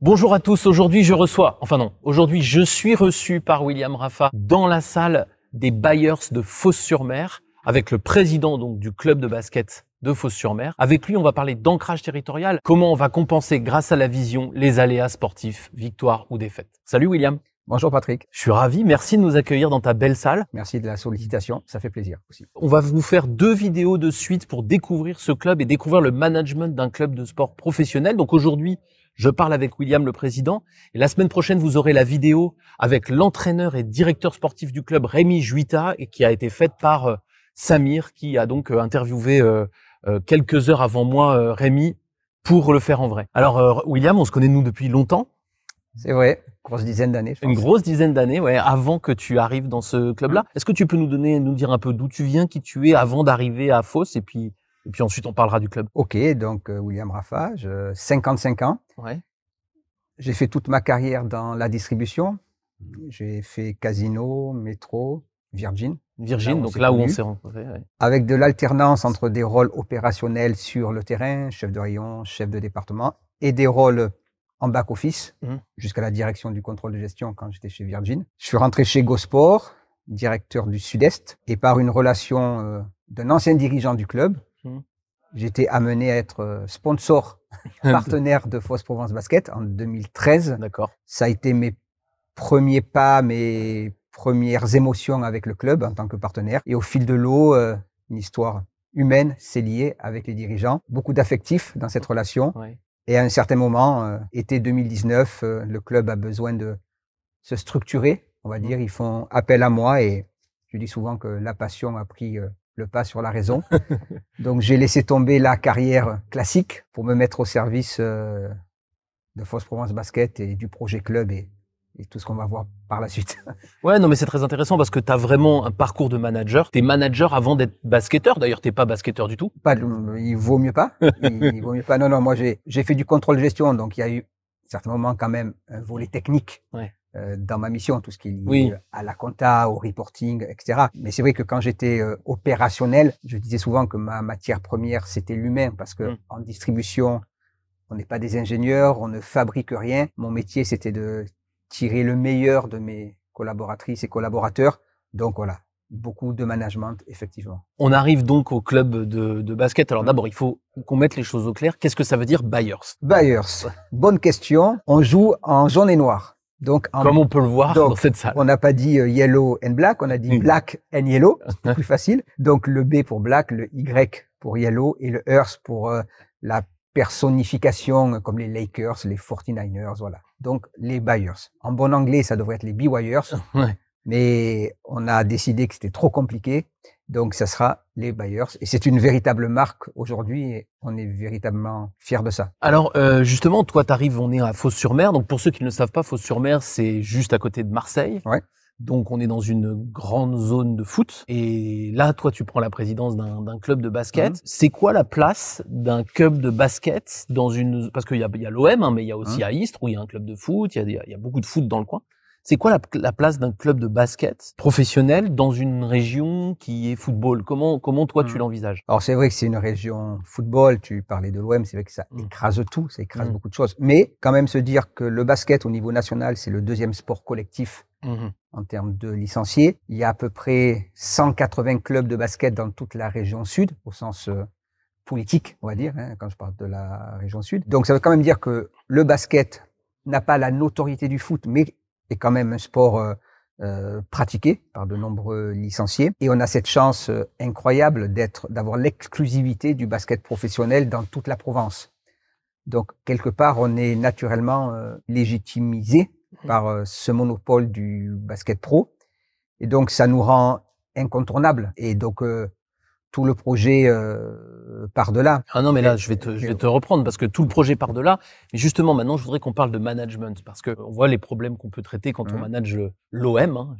Bonjour à tous, aujourd'hui je suis reçu par William Raffa dans la salle des Bayers de Fos-sur-Mer avec le président donc du club de basket de Fos-sur-Mer. Avec lui, on va parler d'ancrage territorial, comment on va compenser grâce à la vision les aléas sportifs, victoire ou défaite. Salut William. Bonjour Patrick. Je suis ravi, merci de nous accueillir dans ta belle salle. Merci de la sollicitation, ça fait plaisir aussi. On va vous faire 2 vidéos de suite pour découvrir ce club et découvrir le management d'un club de sport professionnel. Donc aujourd'hui, je parle avec William, le président, et la semaine prochaine, vous aurez la vidéo avec l'entraîneur et directeur sportif du club, Rémi Juita, et qui a été faite par Samir, qui a donc interviewé quelques heures avant moi, Rémi, pour le faire en vrai. Alors, William, on se connaît nous depuis longtemps. C'est vrai, grosse dizaine d'années, je pense. Une grosse dizaine d'années, ouais, avant que tu arrives dans ce club-là. Est-ce que tu peux nous dire un peu d'où tu viens, qui tu es avant d'arriver à Fos, et puis ensuite on parlera du club. Ok, donc William Raffa, 55 ans. Ouais. J'ai fait toute ma carrière dans la distribution. J'ai fait Casino, Métro, Virgin. Donc là où on s'est rencontrés. Ouais. Avec de l'alternance entre des rôles opérationnels sur le terrain, chef de rayon, chef de département, et des rôles en back-office, jusqu'à la direction du contrôle de gestion quand j'étais chez Virgin. Je suis rentré chez GoSport, directeur du Sud-Est, et par une relation d'un ancien dirigeant du club, j'ai été amené à être sponsor partenaire de Fos Provence Basket en 2013. D'accord. Ça a été mes premiers pas, mes premières émotions avec le club en tant que partenaire. Et au fil de l'eau, une histoire humaine s'est liée avec les dirigeants. Beaucoup d'affectifs dans cette relation. Ouais. Et à un certain moment, été 2019, le club a besoin de se structurer, on va dire. Ils font appel à moi et je dis souvent que la passion a pris le pas sur la raison. Donc, j'ai laissé tomber la carrière classique pour me mettre au service de Fos Provence Basket et du projet club et tout ce qu'on va voir par la suite. Ouais, non, mais c'est très intéressant parce que tu as vraiment un parcours de manager. T'es manager avant d'être basketteur. D'ailleurs, t'es pas basketteur du tout. Il vaut mieux pas. Il vaut mieux pas. Non, moi, j'ai fait du contrôle de gestion. Donc, il y a eu, à certains moments, quand même, un volet technique. Ouais. Dans ma mission, tout ce qui est lié à la compta, au reporting, etc. Mais c'est vrai que quand j'étais opérationnel, je disais souvent que ma matière première, c'était l'humain, parce que en distribution, on n'est pas des ingénieurs, on ne fabrique rien. Mon métier, c'était de tirer le meilleur de mes collaboratrices et collaborateurs. Donc voilà, beaucoup de management, effectivement. On arrive donc au club de basket. Alors d'abord, il faut qu'on mette les choses au clair. Qu'est-ce que ça veut dire Bayers? Bayers, bonne question. On joue en jaune et noir. Donc, comme on peut le voir dans cette salle. On n'a pas dit yellow and black, on a dit black and yellow, c'est plus facile. Donc le B pour black, le Y pour yellow et le Earth pour la personnification comme les Lakers, les 49ers, voilà. Donc les Bayers. En bon anglais, ça devrait être les B-Wires, mais on a décidé que c'était trop compliqué. Donc, ça sera les Bayers. Et c'est une véritable marque aujourd'hui et on est véritablement fiers de ça. Alors, justement, toi, on est à Fos-sur-Mer. Donc, pour ceux qui ne le savent pas, Fos-sur-Mer, c'est juste à côté de Marseille. Ouais. Donc, on est dans une grande zone de foot. Et là, toi, tu prends la présidence d'un club de basket. C'est quoi la place d'un club de basket parce qu'il y a l'OM, mais il y a aussi à Istres où il y a un club de foot. Il y a beaucoup de foot dans le coin. C'est quoi la place d'un club de basket professionnel dans une région qui est football? Comment toi tu l'envisages? Alors c'est vrai que c'est une région football, tu parlais de l'OM, c'est vrai que ça écrase tout, ça écrase beaucoup de choses. Mais quand même se dire que le basket au niveau national, c'est le 2e sport collectif en termes de licenciés. Il y a à peu près 180 clubs de basket dans toute la région sud, au sens politique, on va dire, quand je parle de la région sud. Donc ça veut quand même dire que le basket n'a pas la notoriété du foot, mais est quand même un sport pratiqué par de nombreux licenciés. Et on a cette chance incroyable d'avoir l'exclusivité du basket professionnel dans toute la Provence. Donc, quelque part, on est naturellement légitimisé par ce monopole du basket pro. Et donc, ça nous rend incontournables. Et donc, tout le projet part de là. Ah non, mais là, je vais te reprendre parce que tout le projet part de là. Mais justement, maintenant, je voudrais qu'on parle de management parce que on voit les problèmes qu'on peut traiter quand on manage l'OM.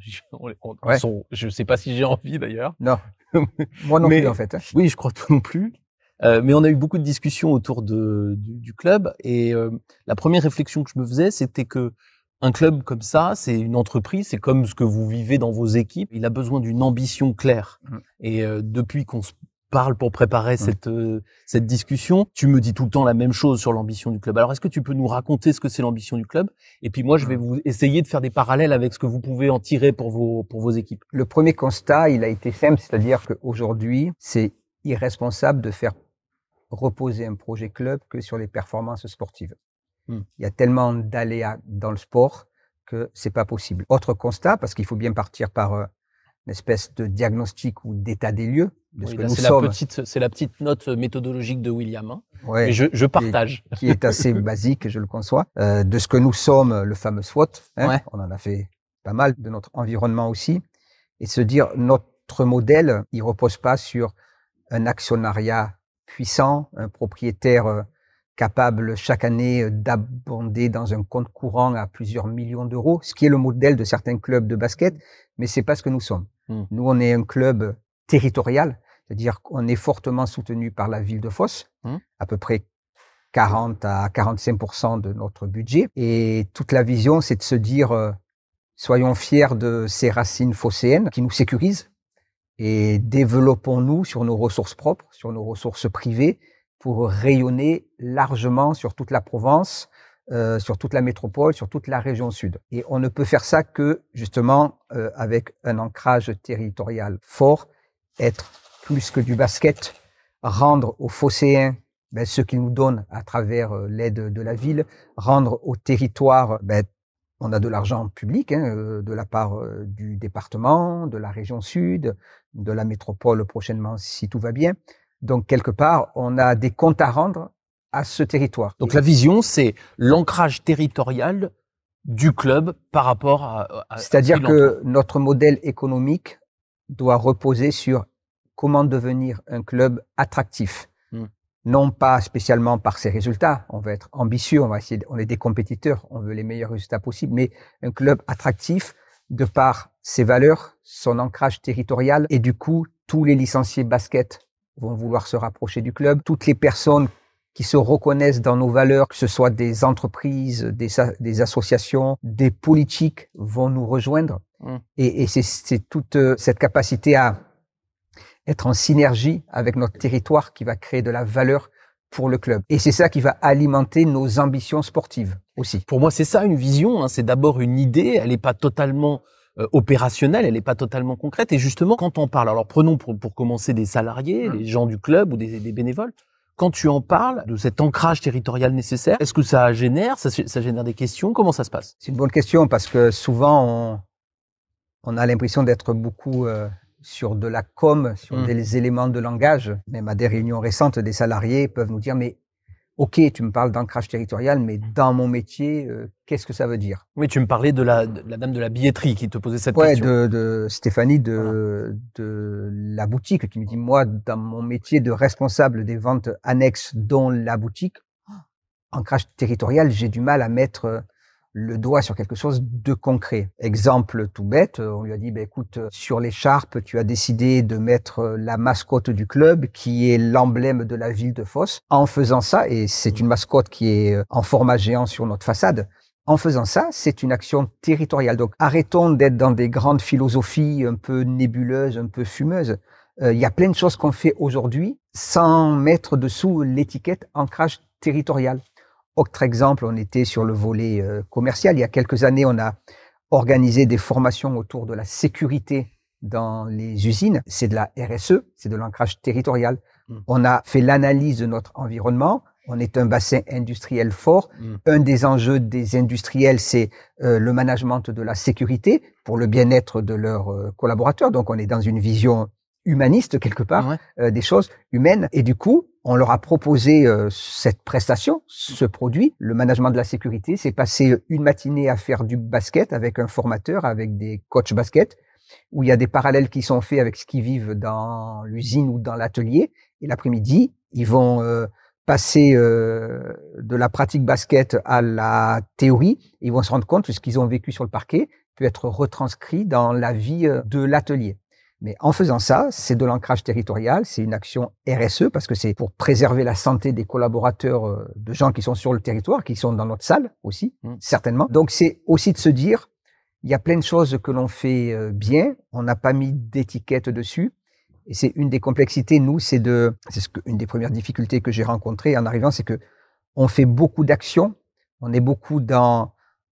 Je sais pas si j'ai envie d'ailleurs. Non. Moi non plus, en fait. Oui, je crois toi non plus. Mais on a eu beaucoup de discussions autour du club et la première réflexion que je me faisais, c'était que un club comme ça, c'est une entreprise, c'est comme ce que vous vivez dans vos équipes. Il a besoin d'une ambition claire. Et depuis qu'on se parle pour préparer cette discussion. Tu me dis tout le temps la même chose sur l'ambition du club. Alors, est-ce que tu peux nous raconter ce que c'est l'ambition du club? Et puis moi, je vais vous essayer de faire des parallèles avec ce que vous pouvez en tirer pour vos équipes. Le premier constat, il a été simple, c'est-à-dire qu'aujourd'hui, c'est irresponsable de faire reposer un projet club que sur les performances sportives. Il y a tellement d'aléas dans le sport que c'est pas possible. Autre constat, parce qu'il faut bien partir par une espèce de diagnostic ou d'état des lieux de ce que nous sommes. C'est la petite note méthodologique de William. Hein. Ouais, mais je partage. Qui est assez basique, je le conçois. De ce que nous sommes, le fameux SWOT. Hein, ouais. On en a fait pas mal, de notre environnement aussi. Et se dire, notre modèle, il repose pas sur un actionnariat puissant, un propriétaire capable chaque année d'abonder dans un compte courant à plusieurs millions d'euros, ce qui est le modèle de certains clubs de basket, mais c'est pas ce que nous sommes. Nous, on est un club territorial, c'est-à-dire qu'on est fortement soutenu par la ville de Fos, à peu près 40 à 45% de notre budget. Et toute la vision, c'est de se dire, soyons fiers de ces racines phocéennes qui nous sécurisent et développons-nous sur nos ressources propres, sur nos ressources privées, pour rayonner largement sur toute la Provence, sur toute la métropole, sur toute la région sud. Et on ne peut faire ça que, justement, avec un ancrage territorial fort, être plus que du basket, rendre aux phocéens ce qu'ils nous donnent à travers l'aide de la ville, rendre au territoire, on a de l'argent public de la part du département, de la région sud, de la métropole prochainement, si tout va bien. Donc, quelque part, on a des comptes à rendre à ce territoire. Donc, la vision, c'est l'ancrage territorial du club par rapport à c'est-à-dire que notre modèle économique doit reposer sur comment devenir un club attractif. Non pas spécialement par ses résultats. On veut être ambitieux, on est des compétiteurs, on veut les meilleurs résultats possibles, mais un club attractif de par ses valeurs, son ancrage territorial, et du coup, tous les licenciés basket vont vouloir se rapprocher du club. Toutes les personnes qui se reconnaissent dans nos valeurs, que ce soit des entreprises, des associations, des politiques, vont nous rejoindre. Et c'est toute cette capacité à être en synergie avec notre territoire qui va créer de la valeur pour le club. Et c'est ça qui va alimenter nos ambitions sportives aussi. Pour moi, c'est ça une vision. C'est d'abord une idée. Elle n'est pas totalement opérationnelle, elle n'est pas totalement concrète. Et justement, quand on parle, alors prenons pour commencer des salariés, les gens du club ou des bénévoles. Quand tu en parles de cet ancrage territorial nécessaire, est-ce que ça génère des questions? Comment ça se passe? C'est une bonne question parce que souvent on a l'impression d'être beaucoup sur de la com, sur des éléments de langage. Même à des réunions récentes, des salariés peuvent nous dire mais ok, tu me parles d'ancrage territorial, mais dans mon métier, qu'est-ce que ça veut dire? Oui, tu me parlais de la dame de la billetterie qui te posait cette question. Ouais, de Stéphanie de la boutique qui me dit moi, dans mon métier de responsable des ventes annexes, dont la boutique, ancrage territorial, j'ai du mal à mettre le doigt sur quelque chose de concret. Exemple tout bête, on lui a dit, écoute, sur l'écharpe, tu as décidé de mettre la mascotte du club, qui est l'emblème de la ville de Fos. En faisant ça, et c'est une mascotte qui est en format géant sur notre façade, en faisant ça, c'est une action territoriale. Donc, arrêtons d'être dans des grandes philosophies un peu nébuleuses, un peu fumeuses. Il y a plein de choses qu'on fait aujourd'hui sans mettre dessous l'étiquette ancrage territorial. Autre exemple, on était sur le volet commercial. Il y a quelques années, on a organisé des formations autour de la sécurité dans les usines. C'est de la RSE, c'est de l'ancrage territorial. On a fait l'analyse de notre environnement. On est un bassin industriel fort. Un des enjeux des industriels, c'est le management de la sécurité pour le bien-être de leurs collaborateurs. Donc, on est dans une vision humaniste quelque part, des choses humaines. Et du coup, on leur a proposé cette prestation, ce produit, le management de la sécurité. C'est passé une matinée à faire du basket avec un formateur, avec des coachs basket, où il y a des parallèles qui sont faits avec ce qu'ils vivent dans l'usine ou dans l'atelier. Et l'après-midi, ils vont passer de la pratique basket à la théorie. Et ils vont se rendre compte que ce qu'ils ont vécu sur le parquet peut être retranscrit dans la vie de l'atelier. Mais en faisant ça, c'est de l'ancrage territorial, c'est une action RSE parce que c'est pour préserver la santé des collaborateurs, de gens qui sont sur le territoire, qui sont dans notre salle aussi, certainement. Donc c'est aussi de se dire, il y a plein de choses que l'on fait bien, on n'a pas mis d'étiquette dessus, Et c'est une des complexités, nous, une des premières difficultés que j'ai rencontrées en arrivant, c'est que on fait beaucoup d'actions, on est beaucoup dans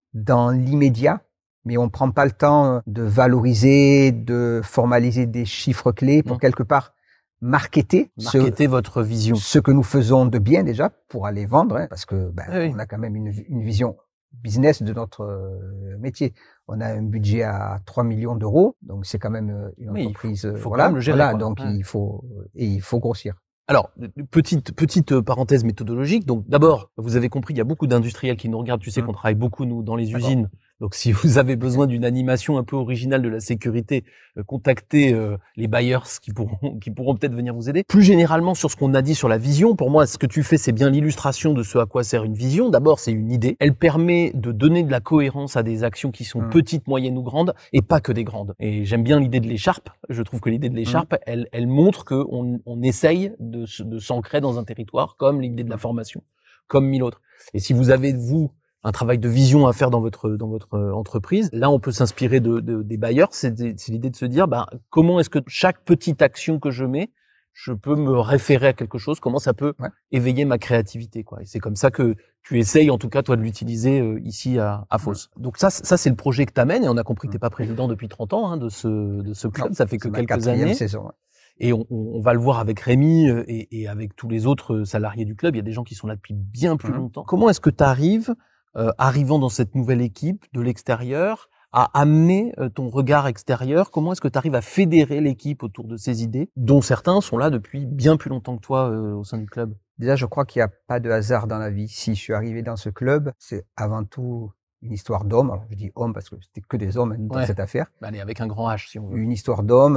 l'immédiat, mais on prend pas le temps de valoriser, de formaliser des chiffres clés pour quelque part marketer votre vision. Ce que nous faisons de bien déjà pour aller vendre, hein, parce que on a quand même une vision business de notre métier. On a un budget à 3 millions d'euros, donc c'est quand même une entreprise. Il faut quand même le gérer, donc il faut grossir. Alors, petite parenthèse méthodologique. Donc, d'abord, vous avez compris, il y a beaucoup d'industriels qui nous regardent. Tu sais qu'on travaille beaucoup, nous, dans les usines. Donc, si vous avez besoin d'une animation un peu originale de la sécurité, contactez les buyers qui pourront peut-être venir vous aider. Plus généralement, sur ce qu'on a dit sur la vision, pour moi, ce que tu fais, c'est bien l'illustration de ce à quoi sert une vision. D'abord, c'est une idée. Elle permet de donner de la cohérence à des actions qui sont petites, moyennes ou grandes, et pas que des grandes. Et j'aime bien l'idée de l'écharpe. Je trouve que l'idée de l'écharpe, elle montre qu'on essaye de s'ancrer dans un territoire, comme l'idée de la formation, comme mille autres. Et si vous avez, un travail de vision à faire dans votre entreprise, là, on peut s'inspirer des bailleurs. C'est l'idée de se dire, comment est-ce que chaque petite action que je mets, je peux me référer à quelque chose, comment ça peut éveiller ma créativité, quoi. Et c'est comme ça que tu essayes, en tout cas, toi, de l'utiliser ici à Fos. Donc ça, c'est le projet que t'amènes, et on a compris que t'es pas président depuis 30 ans, de ce club. Non, ça fait que quelques années. Saison, Et on va le voir avec Rémi et avec tous les autres salariés du club. Il y a des gens qui sont là depuis bien plus longtemps. Comment est-ce que tu arrives, arrivant dans cette nouvelle équipe de l'extérieur, à amener ton regard extérieur? Comment est-ce que tu arrives à fédérer l'équipe autour de ces idées, dont certains sont là depuis bien plus longtemps que toi au sein du club? Déjà, je crois qu'il n'y a pas de hasard dans la vie. Si je suis arrivé dans ce club, c'est avant tout une histoire d'hommes. Alors, je dis hommes parce que c'était que des hommes dans cette affaire. Allez, avec un grand H, si on veut. Une histoire d'hommes,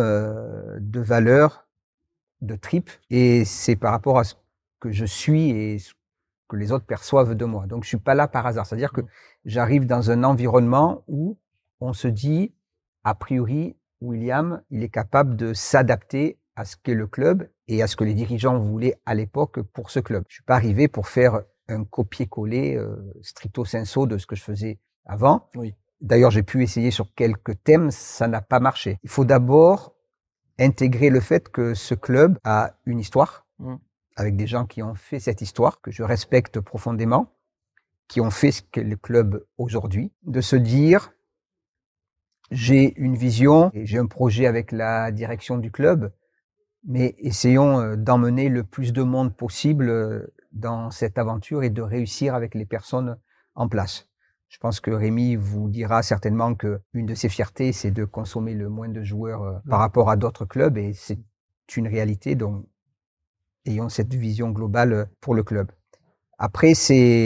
de valeurs, de tripes. Et c'est par rapport à ce que je suis et ce que les autres perçoivent de moi. Donc, je suis pas là par hasard. C'est-à-dire que j'arrive dans un environnement où on se dit, a priori, William, il est capable de s'adapter à ce qu'est le club et à ce que les dirigeants voulaient à l'époque pour ce club. Je suis pas arrivé pour faire un copier-coller stricto sensu de ce que je faisais avant. Oui. D'ailleurs, j'ai pu essayer sur quelques thèmes, ça n'a pas marché. Il faut d'abord intégrer le fait que ce club a une histoire, avec des gens qui ont fait cette histoire, que je respecte profondément, qui ont fait ce qu'est le club aujourd'hui, de se dire, j'ai une vision et j'ai un projet avec la direction du club, mais essayons d'emmener le plus de monde possible dans cette aventure et de réussir avec les personnes en place. Je pense que Rémi vous dira certainement que une de ses fiertés, c'est de consommer le moins de joueurs par rapport à d'autres clubs, et c'est une réalité. Donc, ayons cette vision globale pour le club. Après,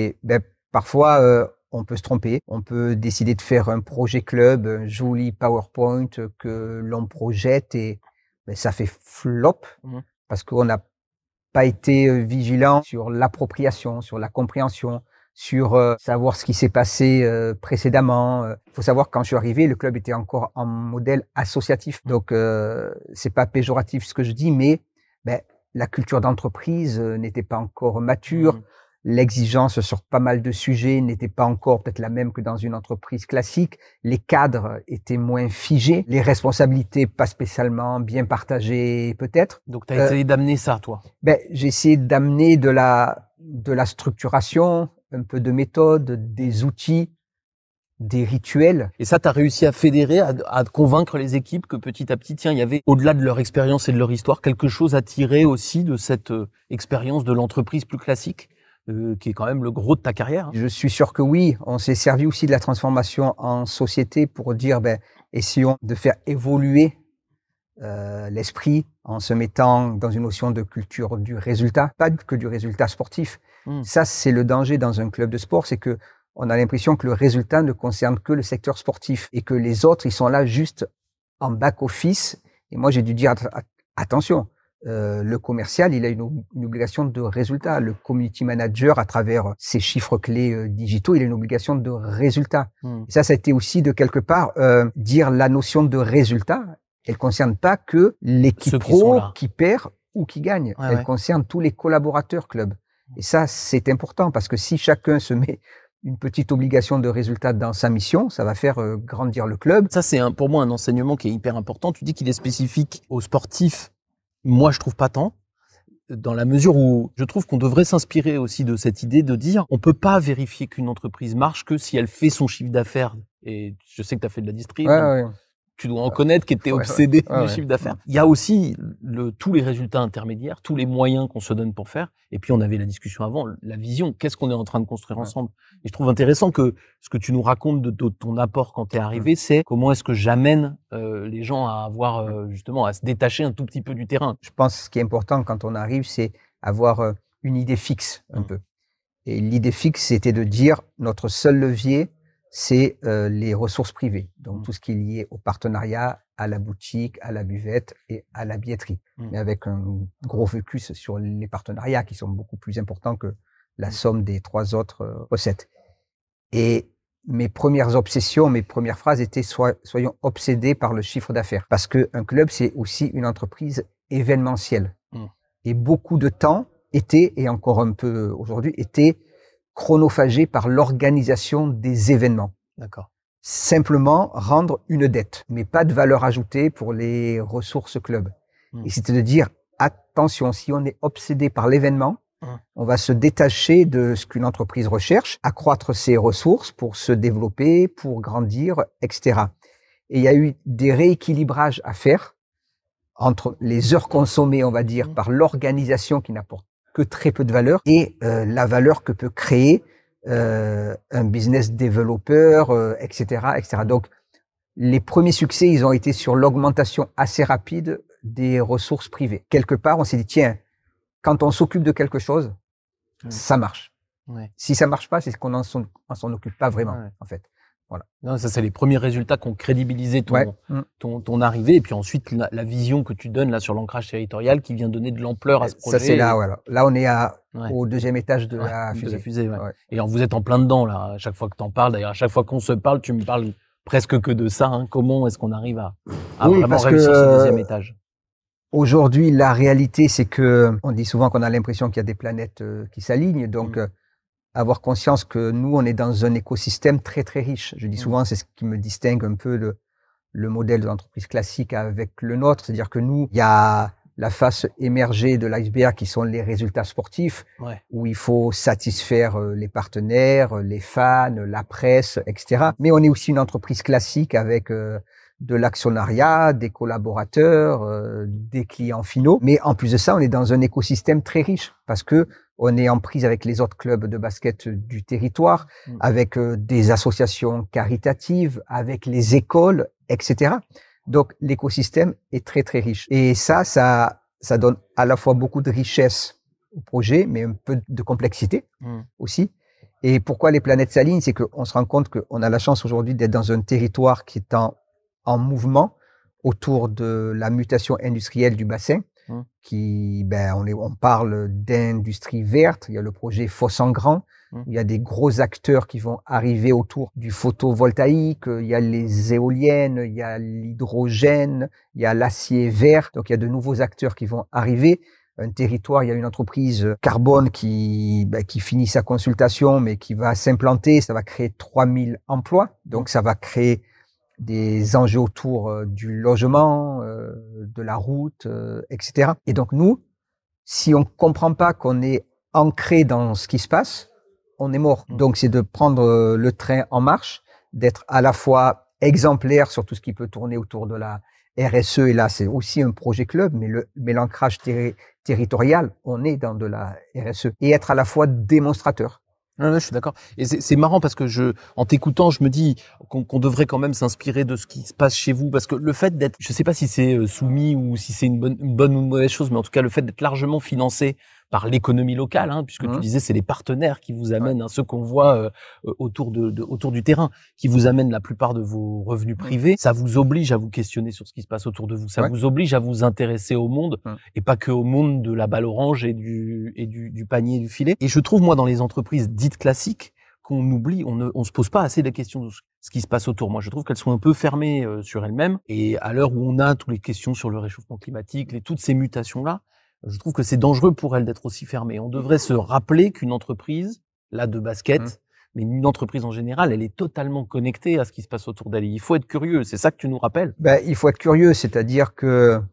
parfois, on peut se tromper. On peut décider de faire un projet club, un joli PowerPoint que l'on projette et ça fait flop parce qu'on n'a pas été vigilant sur l'appropriation, sur la compréhension, sur savoir ce qui s'est passé précédemment. Il faut savoir, quand je suis arrivé, le club était encore en modèle associatif. Donc, c'est pas péjoratif ce que je dis, mais la culture d'entreprise n'était pas encore mature. L'exigence sur pas mal de sujets n'était pas encore peut-être la même que dans une entreprise classique. Les cadres étaient moins figés. Les responsabilités pas spécialement bien partagées peut-être. Donc, tu as essayé d'amener ça, toi? J'ai essayé d'amener de la structuration, un peu de méthode, des outils, des rituels. Et ça, tu as réussi à fédérer, à convaincre les équipes que petit à petit, tiens, il y avait, au-delà de leur expérience et de leur histoire, quelque chose à tirer aussi de cette expérience de l'entreprise plus classique, qui est quand même le gros de ta carrière. Je suis sûr que oui. On s'est servi aussi de la transformation en société pour dire, essayons de faire évoluer l'esprit en se mettant dans une notion de culture du résultat, pas que du résultat sportif. Ça, c'est le danger dans un club de sport, c'est que on a l'impression que le résultat ne concerne que le secteur sportif et que les autres, ils sont là juste en back-office. Et moi, j'ai dû dire, attention, le commercial, il a une obligation de résultat. Le community manager, à travers ses chiffres clés digitaux, il a une obligation de résultat. Et ça a été aussi de quelque part dire la notion de résultat, elle concerne pas que l'équipe pro qui perd ou qui gagne. Elle concerne tous les collaborateurs club. Et ça, c'est important parce que si chacun se met une petite obligation de résultat dans sa mission, ça va faire grandir le club. Ça, c'est pour moi un enseignement qui est hyper important. Tu dis qu'il est spécifique aux sportifs Moi, je trouve pas tant, dans la mesure où je trouve qu'on devrait s'inspirer aussi de cette idée de dire on peut pas vérifier qu'une entreprise marche que si elle fait son chiffre d'affaires. Et je sais que tu as fait de la distrib, Ouais. tu dois en connaître qui était obsédé du chiffre d'affaires. Il y a aussi tous les résultats intermédiaires, tous les moyens qu'on se donne pour faire. Et puis on avait la discussion avant, la vision, qu'est-ce qu'on est en train de construire ensemble. Et je trouve intéressant que ce que tu nous racontes de ton apport quand tu es arrivé, c'est comment est-ce que j'amène les gens à avoir justement à se détacher un tout petit peu du terrain. Je pense que ce qui est important quand on arrive, c'est avoir une idée fixe un peu. Et l'idée fixe, c'était de dire notre seul levier, c'est les ressources privées. Donc tout ce qui est lié au partenariat, à la boutique, à la buvette et à la billetterie. Mais avec un gros focus sur les partenariats qui sont beaucoup plus importants que la somme des 3 autres recettes. Et mes premières obsessions, mes premières phrases étaient soyons obsédés par le chiffre d'affaires. Parce que un club, c'est aussi une entreprise événementielle. Et beaucoup de temps était, et encore un peu aujourd'hui, était chronophagé par l'organisation des événements. D'accord. Simplement rendre une dette, mais pas de valeur ajoutée pour les ressources club. Et c'était de dire, attention, si on est obsédé par l'événement, on va se détacher de ce qu'une entreprise recherche, accroître ses ressources pour se développer, pour grandir, etc. Et il y a eu des rééquilibrages à faire entre les heures consommées, on va dire, par l'organisation qui n'apporte que très peu de valeur et la valeur que peut créer un business développeur, etc., etc. Donc, les premiers succès, ils ont été sur l'augmentation assez rapide des ressources privées. Quelque part, on s'est dit, tiens, quand on s'occupe de quelque chose, ça marche. Si ça marche pas, c'est qu'on s'en occupe pas vraiment, en fait. Voilà. Non, ça, c'est les premiers résultats qui ont crédibilisé ton arrivée. Et puis ensuite, la vision que tu donnes là sur l'ancrage territorial qui vient donner de l'ampleur à ce projet. Ça, c'est là, voilà. Là, on est au deuxième étage de la fusée. Et vous êtes en plein dedans, là. À chaque fois que t'en parles, d'ailleurs, à chaque fois qu'on se parle, tu me parles presque que de ça, hein. Comment est-ce qu'on arrive à vraiment réussir ce deuxième étage? Aujourd'hui, la réalité, c'est que, on dit souvent qu'on a l'impression qu'il y a des planètes qui s'alignent. Donc, avoir conscience que nous, on est dans un écosystème très, très riche. Je dis souvent, c'est ce qui me distingue un peu le modèle de l'entreprise classique avec le nôtre. C'est-à-dire que nous, il y a la face émergée de l'iceberg qui sont les résultats sportifs, où il faut satisfaire les partenaires, les fans, la presse, etc. Mais on est aussi une entreprise classique avec de l'actionnariat, des collaborateurs, des clients finaux. Mais en plus de ça, on est dans un écosystème très riche parce que on est en prise avec les autres clubs de basket du territoire, avec des associations caritatives, avec les écoles, etc. Donc, l'écosystème est très, très riche. Et ça donne à la fois beaucoup de richesse au projet, mais un peu de complexité aussi. Et pourquoi les planètes s'alignent? C'est qu'on se rend compte qu'on a la chance aujourd'hui d'être dans un territoire qui est en mouvement autour de la mutation industrielle du bassin. On parle d'industrie verte. Il y a le projet Fos-en-Grand. Il y a des gros acteurs qui vont arriver autour du photovoltaïque. Il y a les éoliennes, il y a l'hydrogène, il y a l'acier vert. Donc, il y a de nouveaux acteurs qui vont arriver. Un territoire, il y a une entreprise carbone qui finit sa consultation, mais qui va s'implanter. Ça va créer 3000 emplois. Donc, ça va créer des enjeux autour du logement, de la route, etc. Et donc nous, si on comprend pas qu'on est ancré dans ce qui se passe, on est mort. Donc c'est de prendre le train en marche, d'être à la fois exemplaire sur tout ce qui peut tourner autour de la RSE, et là c'est aussi un projet club, mais l'ancrage territorial, on est dans de la RSE, et être à la fois démonstrateur. Non, je suis d'accord. Et c'est marrant parce que en t'écoutant, je me dis qu'on devrait quand même s'inspirer de ce qui se passe chez vous, parce que le fait d'être, je sais pas si c'est soumis ou si c'est une bonne ou une mauvaise chose, mais en tout cas le fait d'être largement financé par l'économie locale, hein, puisque tu disais c'est les partenaires qui vous amènent, ceux qu'on voit autour du terrain, qui vous amènent la plupart de vos revenus privés. Ça vous oblige à vous questionner sur ce qui se passe autour de vous. Ça vous oblige à vous intéresser au monde et pas que au monde de la balle orange et du panier et du filet. Et je trouve moi dans les entreprises dites classiques qu'on oublie, on se pose pas assez de questions de ce qui se passe autour. Moi, je trouve qu'elles sont un peu fermées sur elles-mêmes. Et à l'heure où on a toutes les questions sur le réchauffement climatique, toutes ces mutations-là, je trouve que c'est dangereux pour elle d'être aussi fermée. On devrait se rappeler qu'une entreprise, là de basket, mais une entreprise en général, elle est totalement connectée à ce qui se passe autour d'elle. Il faut être curieux. C'est ça que tu nous rappelles? Il faut être curieux, c'est-à-dire que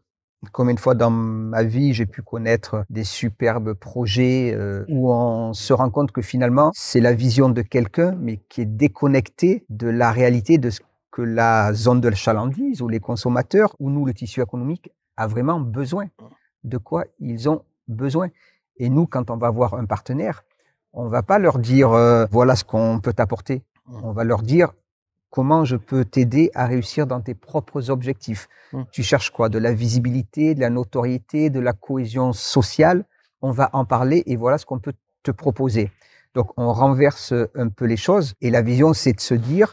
Combien de fois dans ma vie j'ai pu connaître des superbes projets où on se rend compte que finalement c'est la vision de quelqu'un mais qui est déconnectée de la réalité de ce que la zone de chalandise ou les consommateurs ou nous le tissu économique a vraiment besoin, de quoi ils ont besoin. Et nous, quand on va voir un partenaire, on va pas leur dire voilà ce qu'on peut t'apporter. On va leur dire comment je peux t'aider à réussir dans tes propres objectifs. Tu cherches quoi? De la visibilité, de la notoriété, de la cohésion sociale. On va en parler et voilà ce qu'on peut te proposer. Donc, on renverse un peu les choses et la vision, c'est de se dire,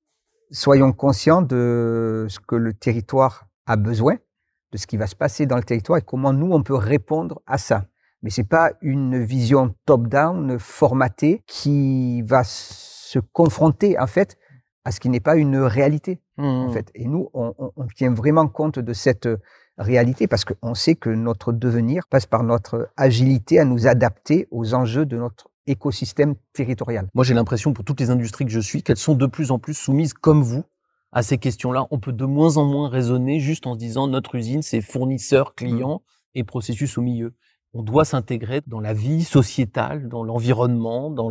soyons conscients de ce que le territoire a besoin, de ce qui va se passer dans le territoire et comment nous, on peut répondre à ça. Mais c'est pas une vision top-down formatée qui va se confronter, en fait, à ce qui n'est pas une réalité, en fait. Et nous, on tient vraiment compte de cette réalité parce qu'on sait que notre devenir passe par notre agilité à nous adapter aux enjeux de notre écosystème territorial. Moi, j'ai l'impression, pour toutes les industries que je suis, qu'elles sont de plus en plus soumises, comme vous, à ces questions-là. On peut de moins en moins raisonner juste en se disant notre usine, c'est fournisseur, client et processus au milieu. On doit s'intégrer dans la vie sociétale, dans l'environnement, dans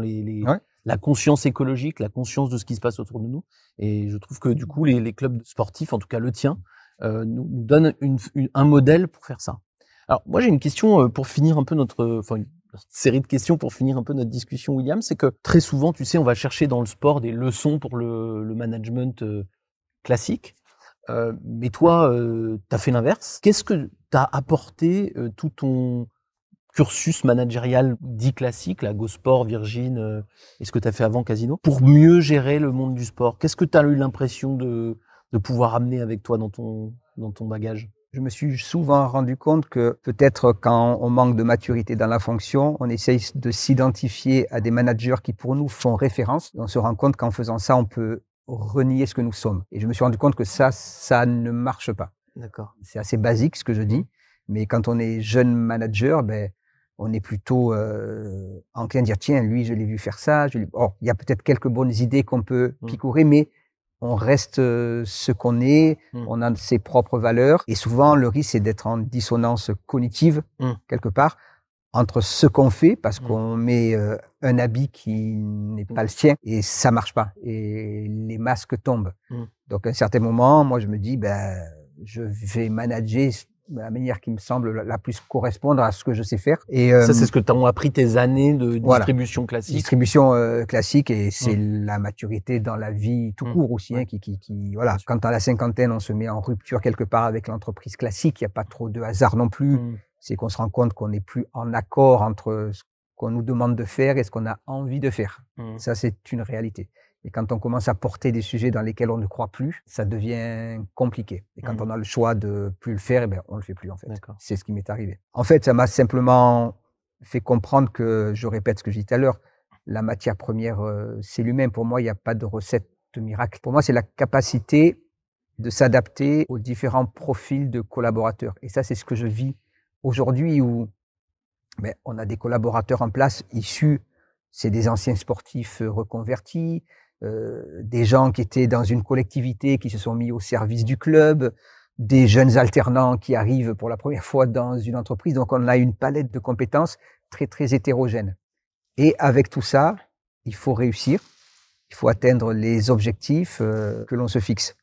la conscience écologique, la conscience de ce qui se passe autour de nous. Et je trouve que du coup, les clubs sportifs, en tout cas le tien, nous donnent un modèle pour faire ça. Alors moi, j'ai une question pour finir un peu une série de questions pour finir un peu notre discussion, William. C'est que très souvent, tu sais, on va chercher dans le sport des leçons pour le management classique. Mais toi, tu as fait l'inverse. Qu'est-ce que t'as apporté tout ton cursus managérial dit classique, la GoSport, Virgin, et ce que tu as fait avant Casino, pour mieux gérer le monde du sport? Qu'est-ce que tu as eu l'impression de pouvoir amener avec toi dans ton bagage? Je me suis souvent rendu compte que peut-être quand on manque de maturité dans la fonction, on essaye de s'identifier à des managers qui pour nous font référence. On se rend compte qu'en faisant ça, on peut renier ce que nous sommes. Et je me suis rendu compte que ça ne marche pas. D'accord. C'est assez basique ce que je dis, mais quand on est jeune manager, on est plutôt enclin à dire tiens, lui, je l'ai vu faire ça. Il y a peut-être quelques bonnes idées qu'on peut picorer, mais on reste ce qu'on est, on a ses propres valeurs. Et souvent, le risque, c'est d'être en dissonance cognitive, quelque part, entre ce qu'on fait, parce qu'on met un habit qui n'est pas le sien, et ça marche pas. Et les masques tombent. Donc, à un certain moment, moi, je me dis, je vais manager de la manière qui me semble la plus correspondre à ce que je sais faire. Et ça, c'est ce que t'ont appris tes années de distribution classique. Distribution classique, et c'est la maturité dans la vie tout court aussi, qui voilà. Quand à la cinquantaine, on se met en rupture quelque part avec l'entreprise classique, il n'y a pas trop de hasard non plus. C'est qu'on se rend compte qu'on n'est plus en accord entre ce qu'on nous demande de faire et ce qu'on a envie de faire. Ça, c'est une réalité. Et quand on commence à porter des sujets dans lesquels on ne croit plus, ça devient compliqué. Et quand on a le choix de plus le faire, on le fait plus, en fait. D'accord. C'est ce qui m'est arrivé. En fait, ça m'a simplement fait comprendre que, je répète ce que j'ai dit tout à l'heure, la matière première, c'est l'humain. Pour moi, il n'y a pas de recette de miracle. Pour moi, c'est la capacité de s'adapter aux différents profils de collaborateurs. Et ça, c'est ce que je vis aujourd'hui où on a des collaborateurs en place issus, c'est des anciens sportifs reconvertis, des gens qui étaient dans une collectivité, qui se sont mis au service du club, des jeunes alternants qui arrivent pour la première fois dans une entreprise. Donc, on a une palette de compétences très, très hétérogène. Et avec tout ça, il faut réussir. Il faut atteindre les objectifs que l'on se fixe.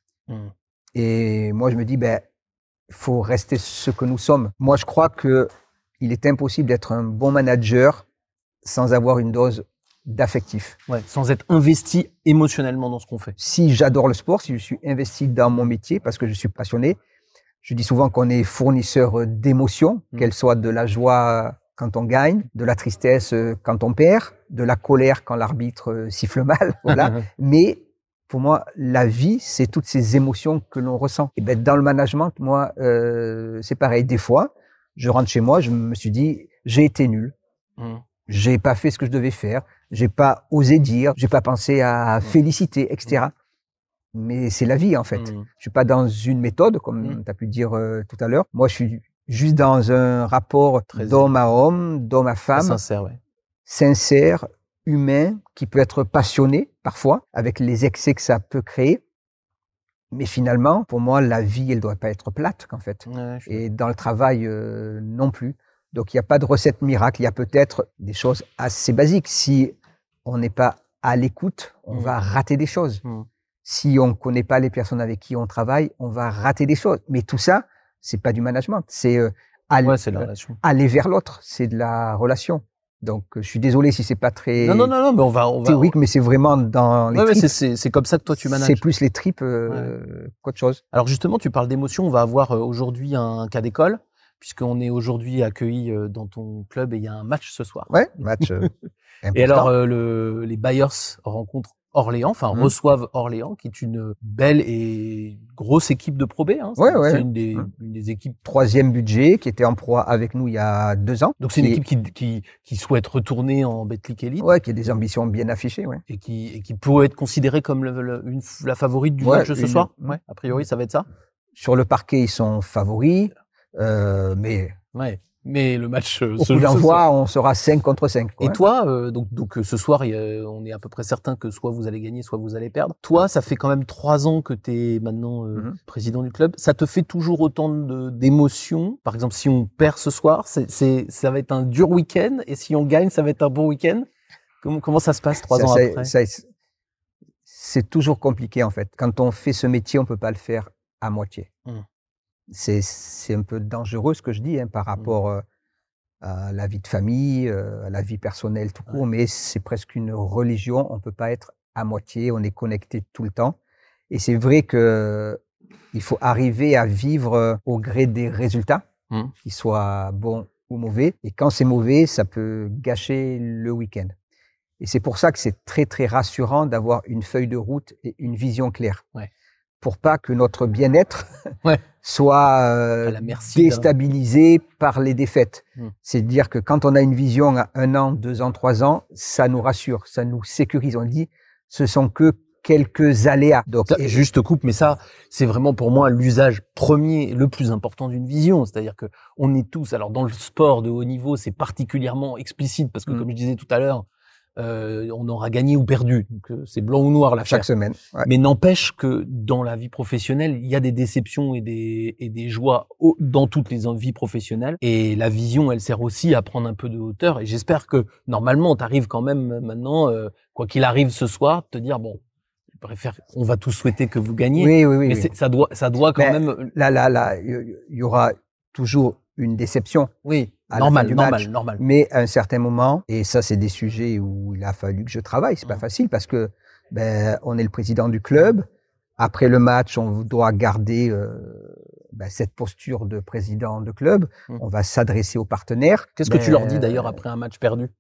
Et moi, je me dis, il faut rester ce que nous sommes. Moi, je crois que il est impossible d'être un bon manager sans avoir une dose d'affectif. Ouais, sans être investi émotionnellement dans ce qu'on fait. Si j'adore le sport, si je suis investi dans mon métier parce que je suis passionné, je dis souvent qu'on est fournisseur d'émotions, qu'elles soient de la joie quand on gagne, de la tristesse quand on perd, de la colère quand l'arbitre siffle mal, voilà. Mais pour moi, la vie, c'est toutes ces émotions que l'on ressent. Et dans le management, moi, c'est pareil. Des fois, je rentre chez moi, je me suis dit, j'ai été nul. J'ai pas fait ce que je devais faire. J'ai pas osé dire. J'ai pas pensé à féliciter, etc. Mais c'est la vie, en fait. Je suis pas dans une méthode, comme tu as pu dire tout à l'heure. Moi, je suis juste dans un rapport d'homme à homme, d'homme à femme. Sincère, sincère, humain, qui peut être passionné, parfois, avec les excès que ça peut créer. Mais finalement, pour moi, la vie, elle doit pas être plate, en fait. Ouais, Et dans le travail, non plus. Donc, il n'y a pas de recette miracle. Il y a peut-être des choses assez basiques. Si on n'est pas à l'écoute, on va rater des choses. Si on connaît pas les personnes avec qui on travaille, on va rater des choses. Mais tout ça, c'est pas du management. C'est c'est de la relation. aller vers l'autre. C'est de la relation. Donc, je suis désolé si c'est pas très non, mais on va théorique, mais c'est vraiment dans les tripes. C'est comme ça que toi tu manages. C'est plus les tripes qu'autre chose. Alors justement, tu parles d'émotion. On va avoir aujourd'hui un cas d'école, puisqu'on est aujourd'hui accueillis dans ton club et il y a un match ce soir. Ouais, match important. Et alors, les Bayers rencontrent Orléans, reçoivent Orléans, qui est une belle et grosse équipe de Pro B. Hein. C'est une des équipes. 3e budget, qui était en Pro A avec nous il y a 2 ans. Donc c'est une équipe qui souhaite retourner en Betclic Elite. Ouais, qui a des ambitions bien affichées, ouais. Et qui peut être considérée comme la favorite du match de ce soir. Ouais, a priori, ça va être ça. Sur le parquet, ils sont favoris, mais. Ouais. Mais le match au coup d'envoi, on sera 5 contre 5. Et toi, donc ce soir, on est à peu près certain que soit vous allez gagner, soit vous allez perdre. Toi, ça fait quand même 3 ans que tu es maintenant président du club. Ça te fait toujours autant d'émotions? Par exemple, si on perd ce soir, ça va être un dur week-end, et si on gagne, ça va être un bon week-end. Comment ça se passe 3 ans après? C'est toujours compliqué, en fait. Quand on fait ce métier, on peut pas le faire à moitié. C'est un peu dangereux ce que je dis, hein, par rapport à la vie de famille, à la vie personnelle tout court, mais c'est presque une religion. On peut pas être à moitié, on est connecté tout le temps. Et c'est vrai que il faut arriver à vivre au gré des résultats, qu'ils soient bons ou mauvais. Et quand c'est mauvais, ça peut gâcher le week-end. Et c'est pour ça que c'est très très rassurant d'avoir une feuille de route et une vision claire. Pour pas que notre bien-être soit déstabilisé par les défaites. C'est-à-dire que quand on a une vision à 1 an, 2 ans, 3 ans, ça nous rassure, ça nous sécurise. On dit, ce sont que quelques aléas. Donc, juste coupe, mais ça, c'est vraiment pour moi l'usage premier, le plus important d'une vision. C'est-à-dire que on est tous, alors dans le sport de haut niveau, c'est particulièrement explicite parce que comme je disais tout à l'heure, on aura gagné ou perdu. Donc, c'est blanc ou noir l'affaire. Chaque semaine. Ouais. Mais n'empêche que dans la vie professionnelle, il y a des déceptions et des joies dans toutes les vies professionnelles. Et la vision, elle sert aussi à prendre un peu de hauteur. Et j'espère que normalement, t'arrives quand même maintenant, quoi qu'il arrive ce soir, te dire bon, je préfère, on va tous souhaiter que vous gagnez. Oui. Mais ça doit quand même. Là, il y aura toujours une déception. Oui. Normal. Mais à un certain moment, et ça, c'est des sujets où il a fallu que je travaille. C'est pas facile parce que, on est le président du club. Après le match, on doit garder, cette posture de président de club. On va s'adresser aux partenaires. Qu'est-ce que tu leur dis d'ailleurs après un match perdu?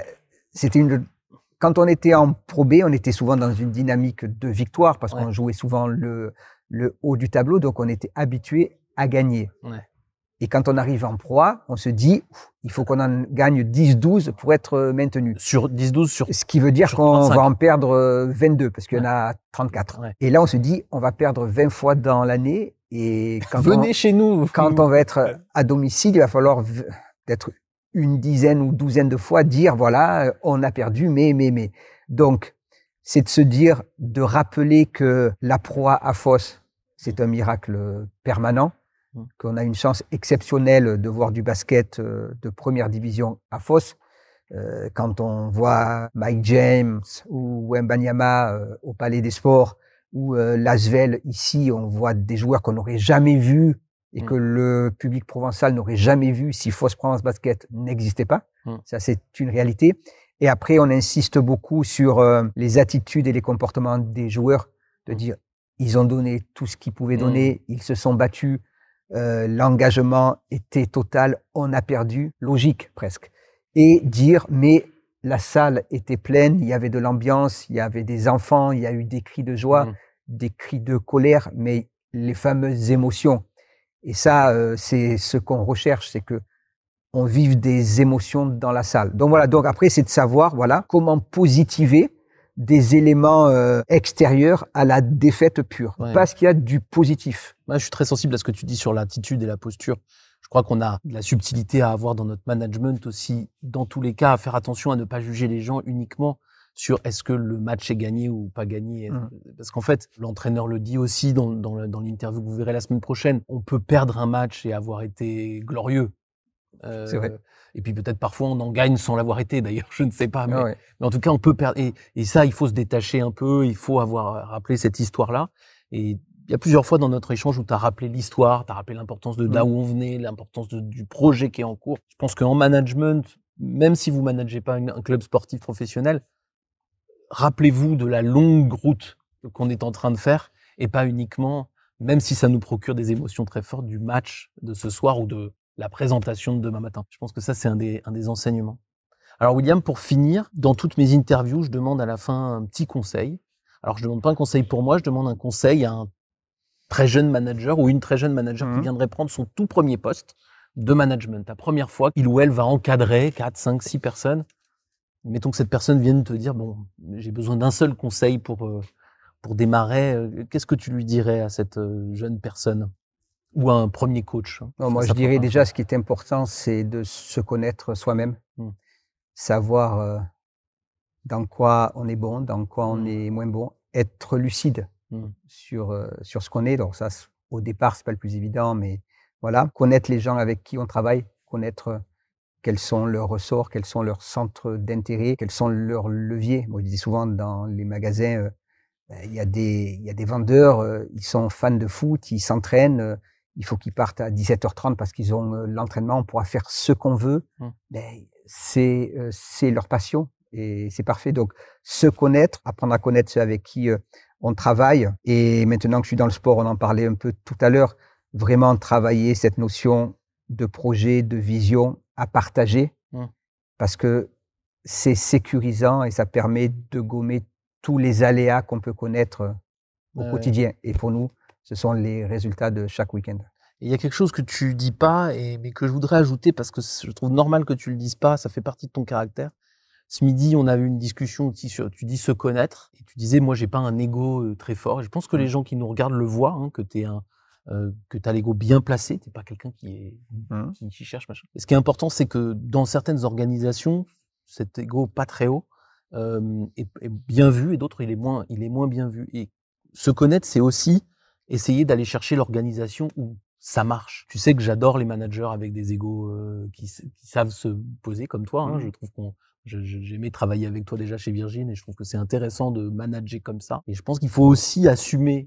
Quand on était en Pro B, on était souvent dans une dynamique de victoire parce qu'on jouait souvent le haut du tableau. Donc, on était habitué à gagner. Et quand on arrive en Pro A, on se dit, il faut qu'on en gagne 10-12 pour être maintenu. Sur 10-12 sur. Ce qui veut dire qu'on va en perdre 22 parce qu'il y en a 34. Et là, on se dit, on va perdre 20 fois dans l'année. Et chez nous. Quand on va être à domicile, il va falloir peut-être une dizaine ou douzaine de fois dire, voilà, on a perdu, mais. Donc, c'est de se dire, de rappeler que la Pro A à Fos, c'est un miracle permanent. Qu'on a une chance exceptionnelle de voir du basket de première division à Fos. Quand on voit Mike James ou Wembanyama au Palais des Sports ou Lasvel ici, on voit des joueurs qu'on n'aurait jamais vus et que le public provençal n'aurait jamais vu si Fos Provence Basket n'existait pas. Ça, c'est une réalité. Et après, on insiste beaucoup sur les attitudes et les comportements des joueurs, de dire ils ont donné tout ce qu'ils pouvaient donner, ils se sont battus. L'engagement était total, on a perdu, logique presque. Et dire, mais la salle était pleine, il y avait de l'ambiance, il y avait des enfants, il y a eu des cris de joie, des cris de colère, mais les fameuses émotions. Et ça, c'est ce qu'on recherche, c'est que on vive des émotions dans la salle. Donc voilà, donc après, c'est de savoir, voilà, comment positiver des éléments extérieurs à la défaite pure. Parce qu'il y a du positif. Moi, je suis très sensible à ce que tu dis sur l'attitude et la posture. Je crois qu'on a de la subtilité à avoir dans notre management aussi, dans tous les cas, à faire attention à ne pas juger les gens uniquement sur est-ce que le match est gagné ou pas gagné. Parce qu'en fait, l'entraîneur le dit aussi dans l'interview que vous verrez la semaine prochaine, on peut perdre un match et avoir été glorieux. C'est vrai. Et puis peut-être parfois on en gagne sans l'avoir été, d'ailleurs, je ne sais pas. Mais, Ouais. mais en tout cas, on peut perdre. Et ça, il faut se détacher un peu, il faut avoir rappelé cette histoire-là. Et il y a plusieurs fois dans notre échange où tu as rappelé l'histoire, tu as rappelé l'importance de là où on venait, l'importance du projet qui est en cours. Je pense qu'en management, même si vous managez pas un club sportif professionnel, rappelez-vous de la longue route qu'on est en train de faire et pas uniquement, même si ça nous procure des émotions très fortes, du match de ce soir ou de la présentation de demain matin. Je pense que ça, c'est un des enseignements. Alors William, pour finir, dans toutes mes interviews, je demande à la fin un petit conseil. Alors je demande pas un conseil pour moi, je demande un conseil à un très jeune manager ou une très jeune manager qui viendrait prendre son tout premier poste de management. La première fois qu'il ou elle va encadrer 4, 5, 6 personnes. Mettons que cette personne vienne te dire, bon, j'ai besoin d'un seul conseil pour démarrer. Qu'est-ce que tu lui dirais à cette jeune personne? Ou à un premier coach? Non, moi, je dirais déjà, ce qui est important, c'est de se connaître soi-même. Savoir dans quoi on est bon, dans quoi on est moins bon. Être lucide sur ce qu'on est. Donc ça, au départ, c'est pas le plus évident, mais voilà. Connaître les gens avec qui on travaille, connaître quels sont leurs ressorts, quels sont leurs centres d'intérêt, quels sont leurs leviers. Moi, je dis souvent dans les magasins, il y a des vendeurs, ils sont fans de foot, ils s'entraînent, il faut qu'ils partent à 17h30 parce qu'ils ont l'entraînement, on pourra faire ce qu'on veut. C'est leur passion et c'est parfait. Donc, se connaître, apprendre à connaître ceux avec qui on travaille. Et maintenant que je suis dans le sport, on en parlait un peu tout à l'heure, vraiment travailler cette notion de projet, de vision à partager, parce que c'est sécurisant et ça permet de gommer tous les aléas qu'on peut connaître au quotidien. Et pour nous, ce sont les résultats de chaque week-end. Il y a quelque chose que tu dis pas, mais que je voudrais ajouter parce que je trouve normal que tu le dises pas, ça fait partie de ton caractère. Ce midi, on a eu une discussion aussi sur, tu dis se connaître, et tu disais, moi, j'ai pas un ego très fort. Et je pense que les gens qui nous regardent le voient, que que t'as l'ego bien placé, t'es pas quelqu'un qui cherche machin. Et ce qui est important, c'est que dans certaines organisations, cet ego pas très haut est bien vu, et d'autres il est moins bien vu. Et se connaître, c'est aussi essayer d'aller chercher l'organisation où ça marche. Tu sais que j'adore les managers avec des égos qui savent se poser comme toi. Je trouve j'ai aimé travailler avec toi déjà chez Virgin et je trouve que c'est intéressant de manager comme ça. Et je pense qu'il faut aussi assumer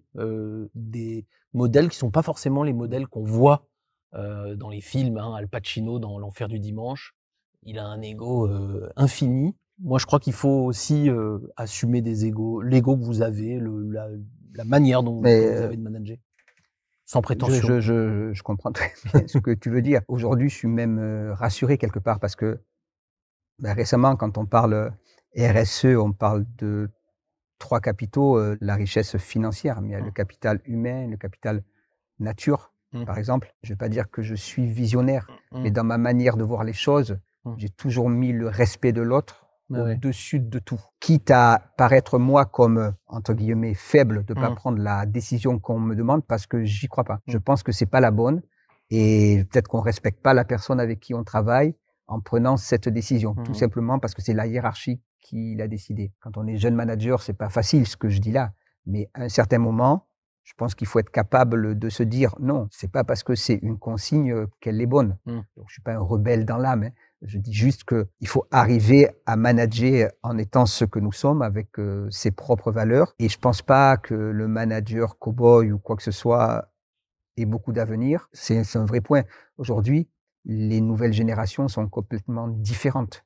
des modèles qui sont pas forcément les modèles qu'on voit dans les films. Al Pacino dans L'Enfer du dimanche, il a un ego infini. Moi, je crois qu'il faut aussi assumer des égos, l'ego que vous avez, la manière dont vous avez de manager. Sans prétention. Je comprends très bien ce que tu veux dire. Aujourd'hui, je suis même rassuré quelque part parce que récemment, quand on parle RSE, on parle de 3 capitaux, la richesse financière, mais il y a le capital humain, le capital nature, par exemple. Je ne vais pas dire que je suis visionnaire, mais dans ma manière de voir les choses, j'ai toujours mis le respect de l'autre au-dessus de tout. Quitte à paraître moi comme, entre guillemets, faible de pas prendre la décision qu'on me demande parce que j'y crois pas. Je pense que c'est pas la bonne et peut-être qu'on respecte pas la personne avec qui on travaille en prenant cette décision. Tout simplement parce que c'est la hiérarchie qui l'a décidé. Quand on est jeune manager, c'est pas facile ce que je dis là. Mais à un certain moment, je pense qu'il faut être capable de se dire non, c'est pas parce que c'est une consigne qu'elle est bonne. Donc, je suis pas un rebelle dans l'âme. Je dis juste qu'il faut arriver à manager en étant ce que nous sommes avec ses propres valeurs. Et je pense pas que le manager cow-boy ou quoi que ce soit ait beaucoup d'avenir. C'est un vrai point. Aujourd'hui, les nouvelles générations sont complètement différentes.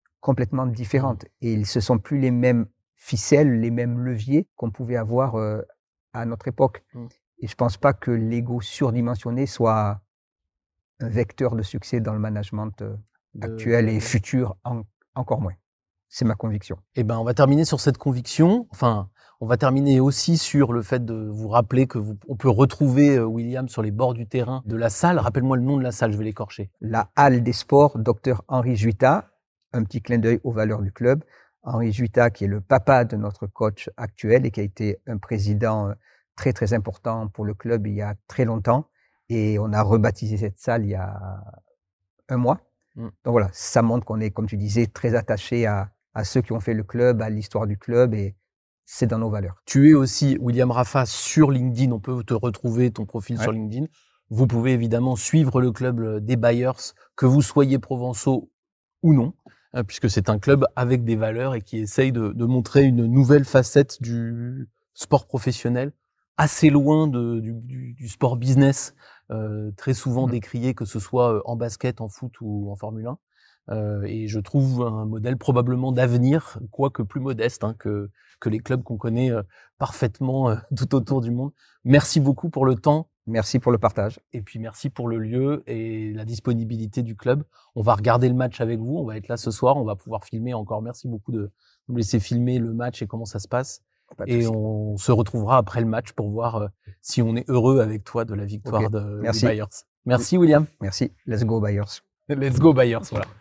Et ce sont plus les mêmes ficelles, les mêmes leviers qu'on pouvait avoir à notre époque. Et je pense pas que l'ego surdimensionné soit un vecteur de succès dans le management actuel et futur, encore moins. C'est ma conviction. Eh ben, on va terminer sur cette conviction. Enfin, on va terminer aussi sur le fait de vous rappeler que on peut retrouver William sur les bords du terrain de la salle. Rappelle-moi le nom de la salle, je vais l'écorcher. La Halle des Sports, Dr Henri Juita. Un petit clin d'œil aux valeurs du club. Henri Juita, qui est le papa de notre coach actuel et qui a été un président très, très important pour le club il y a très longtemps. Et on a rebaptisé cette salle il y a 1 mois. Donc voilà, ça montre qu'on est, comme tu disais, très attaché à à ceux qui ont fait le club, à l'histoire du club, et c'est dans nos valeurs. Tu es aussi William Raffa sur LinkedIn. On peut te retrouver, ton profil sur LinkedIn. Vous pouvez évidemment suivre le club des Bayers, que vous soyez provençaux ou non, puisque c'est un club avec des valeurs et qui essaye de montrer une nouvelle facette du sport professionnel, assez loin du sport business, très souvent décrié, que ce soit en basket, en foot ou en Formule 1. Et je trouve un modèle probablement d'avenir, quoique plus modeste que les clubs qu'on connaît parfaitement tout autour du monde. Merci beaucoup pour le temps. Merci pour le partage. Et puis merci pour le lieu et la disponibilité du club. On va regarder le match avec vous. On va être là ce soir. On va pouvoir filmer encore. Merci beaucoup de nous laisser filmer le match et comment ça se passe. Et on se retrouvera après le match pour voir si on est heureux avec toi de la victoire des Bayers. Merci William. Merci. Let's go Bayers. Let's go Bayers, voilà.